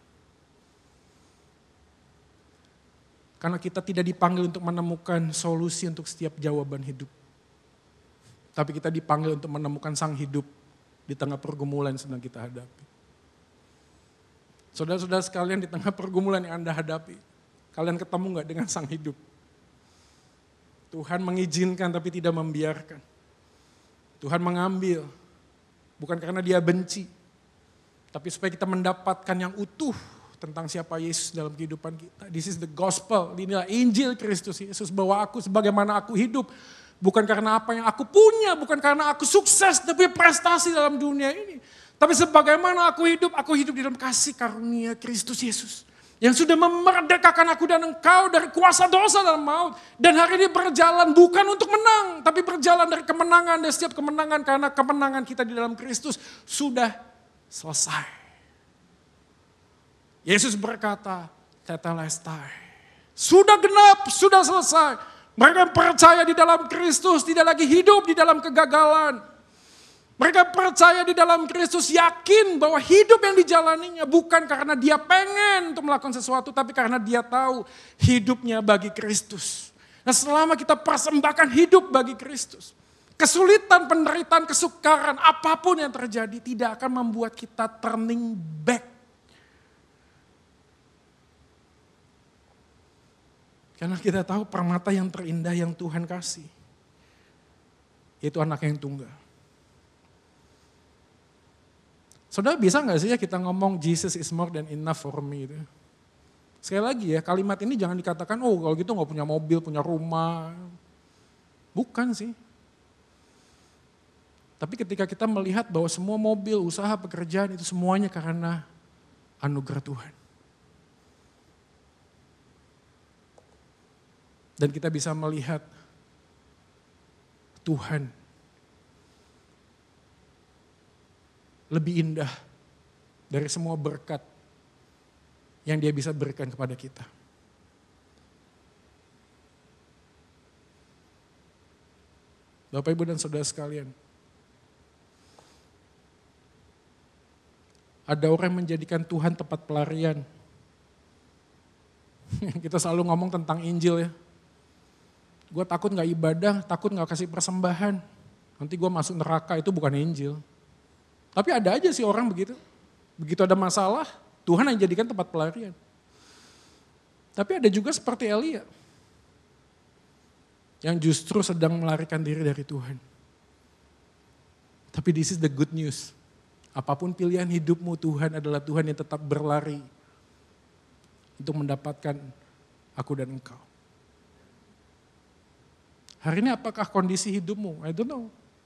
Karena kita tidak dipanggil untuk menemukan solusi untuk setiap jawaban hidup. Tapi kita dipanggil untuk menemukan sang hidup di tengah pergumulan yang sedang kita hadapi. Saudara-saudara sekalian, di tengah pergumulan yang Anda hadapi, kalian ketemu gak dengan sang hidup? Tuhan mengizinkan tapi tidak membiarkan. Tuhan mengambil, bukan karena dia benci, tapi supaya kita mendapatkan yang utuh tentang siapa Yesus dalam kehidupan kita. This is the gospel, inilah Injil Kristus Yesus, bahwa aku sebagaimana aku hidup, bukan karena apa yang aku punya, bukan karena aku sukses, tapi prestasi dalam dunia ini. Tapi sebagaimana aku hidup, aku hidup di dalam kasih karunia Kristus Yesus. Yang sudah memerdekakan aku dan engkau dari kuasa dosa dan maut. Dan hari ini berjalan bukan untuk menang, tapi berjalan dari kemenangan, dan setiap kemenangan karena kemenangan kita di dalam Kristus sudah selesai. Yesus berkata, tetelestai. Sudah genap, sudah selesai. Mereka percaya di dalam Kristus, tidak lagi hidup di dalam kegagalan. Mereka percaya di dalam Kristus, yakin bahwa hidup yang dijalaninya bukan karena dia pengen untuk melakukan sesuatu, tapi karena dia tahu hidupnya bagi Kristus. Nah, selama kita persembahkan hidup bagi Kristus, kesulitan, penderitaan, kesukaran, apapun yang terjadi tidak akan membuat kita turning back. Karena kita tahu permata yang terindah yang Tuhan kasih, yaitu anak yang tunggal. Saudara, bisa gak sih ya kita ngomong Jesus is more than enough for me itu? Sekali lagi ya, kalimat ini jangan dikatakan, oh kalau gitu gak punya mobil, punya rumah. Bukan sih. Tapi ketika kita melihat bahwa semua mobil, usaha, pekerjaan itu semuanya karena anugerah Tuhan. Dan kita bisa melihat Tuhan lebih indah dari semua berkat yang dia bisa berikan kepada kita. Bapak, Ibu, dan saudara sekalian, ada orang yang menjadikan Tuhan tempat pelarian. Kita selalu ngomong tentang Injil ya. Gue takut gak ibadah, takut gak kasih persembahan. Nanti gue masuk neraka, itu bukan Injil. Tapi ada aja sih orang begitu. Begitu ada masalah, Tuhan yang jadikan tempat pelarian. Tapi ada juga seperti Elia. Yang justru sedang melarikan diri dari Tuhan. Tapi this is the good news. Apapun pilihan hidupmu, Tuhan adalah Tuhan yang tetap berlari. Untuk mendapatkan aku dan engkau. Hari ini apakah kondisi hidupmu? I don't know.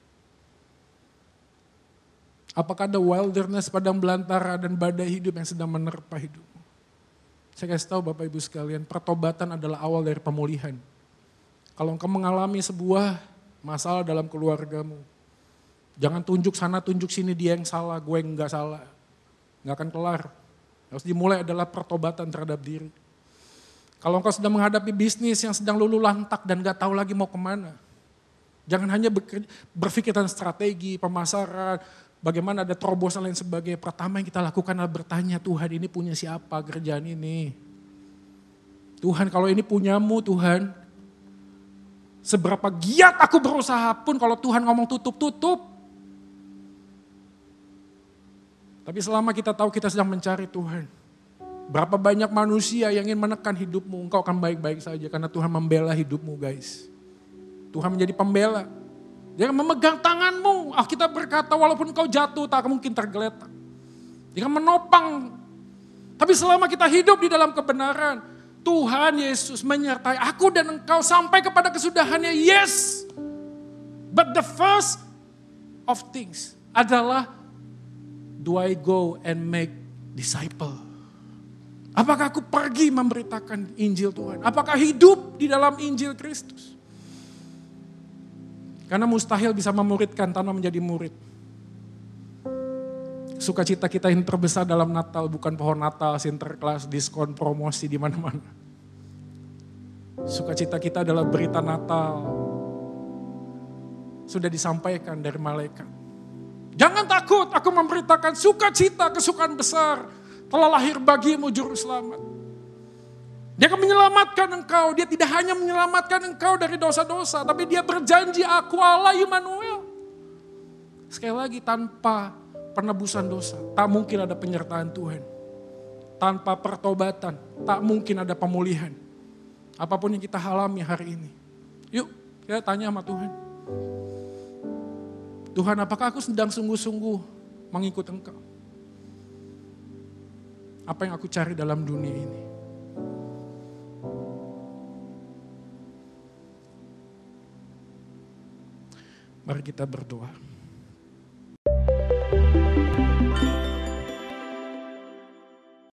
Apakah ada wilderness, padang belantara, dan badai hidup yang sedang menerpa hidupmu? Saya kasih tahu Bapak Ibu sekalian, pertobatan adalah awal dari pemulihan. Kalau engkau mengalami sebuah masalah dalam keluargamu, jangan tunjuk sana, tunjuk sini dia yang salah, gue yang enggak salah. Enggak akan kelar. Harus dimulai adalah pertobatan terhadap diri. Kalau engkau sedang menghadapi bisnis yang sedang lulu lantak dan gak tahu lagi mau kemana. Jangan hanya berpikir tentang strategi, pemasaran, bagaimana ada terobosan lain sebagainya. Pertama yang kita lakukan adalah bertanya, Tuhan ini punya siapa kerjaan ini? Tuhan kalau ini punyamu Tuhan, seberapa giat aku berusaha pun kalau Tuhan ngomong tutup-tutup, Tapi selama kita tahu kita sedang mencari Tuhan, berapa banyak manusia yang ingin menekan hidupmu, engkau akan baik-baik saja karena Tuhan membela hidupmu guys. Tuhan menjadi pembela. Dia akan memegang tanganmu. Alkitab berkata walaupun engkau jatuh tak mungkin tergeletak. Dia akan menopang. Tapi selama kita hidup di dalam kebenaran, Tuhan Yesus menyertai aku dan engkau sampai kepada kesudahannya. Yes. But the first of things adalah, do I go and make disciple? Apakah aku pergi memberitakan Injil Tuhan? Apakah hidup di dalam Injil Kristus? Karena mustahil bisa memuridkan tanpa menjadi murid. Sukacita kita yang terbesar dalam Natal bukan pohon Natal, Sinterklas, diskon, promosi di mana-mana. Sukacita kita adalah berita Natal. Sudah disampaikan dari malaikat. Jangan takut, aku memberitakan sukacita, kesukaan besar telah lahir bagimu juru selamat. Dia akan menyelamatkan engkau. Dia tidak hanya menyelamatkan engkau dari dosa-dosa, tapi dia berjanji, aku Allah Immanuel. Sekali lagi, tanpa penebusan dosa, tak mungkin ada penyertaan Tuhan. Tanpa pertobatan, tak mungkin ada pemulihan. Apapun yang kita alami hari ini. Yuk, kita tanya sama Tuhan. Tuhan, apakah aku sedang sungguh-sungguh mengikut engkau? Apa yang aku cari dalam dunia ini? Mari kita berdoa.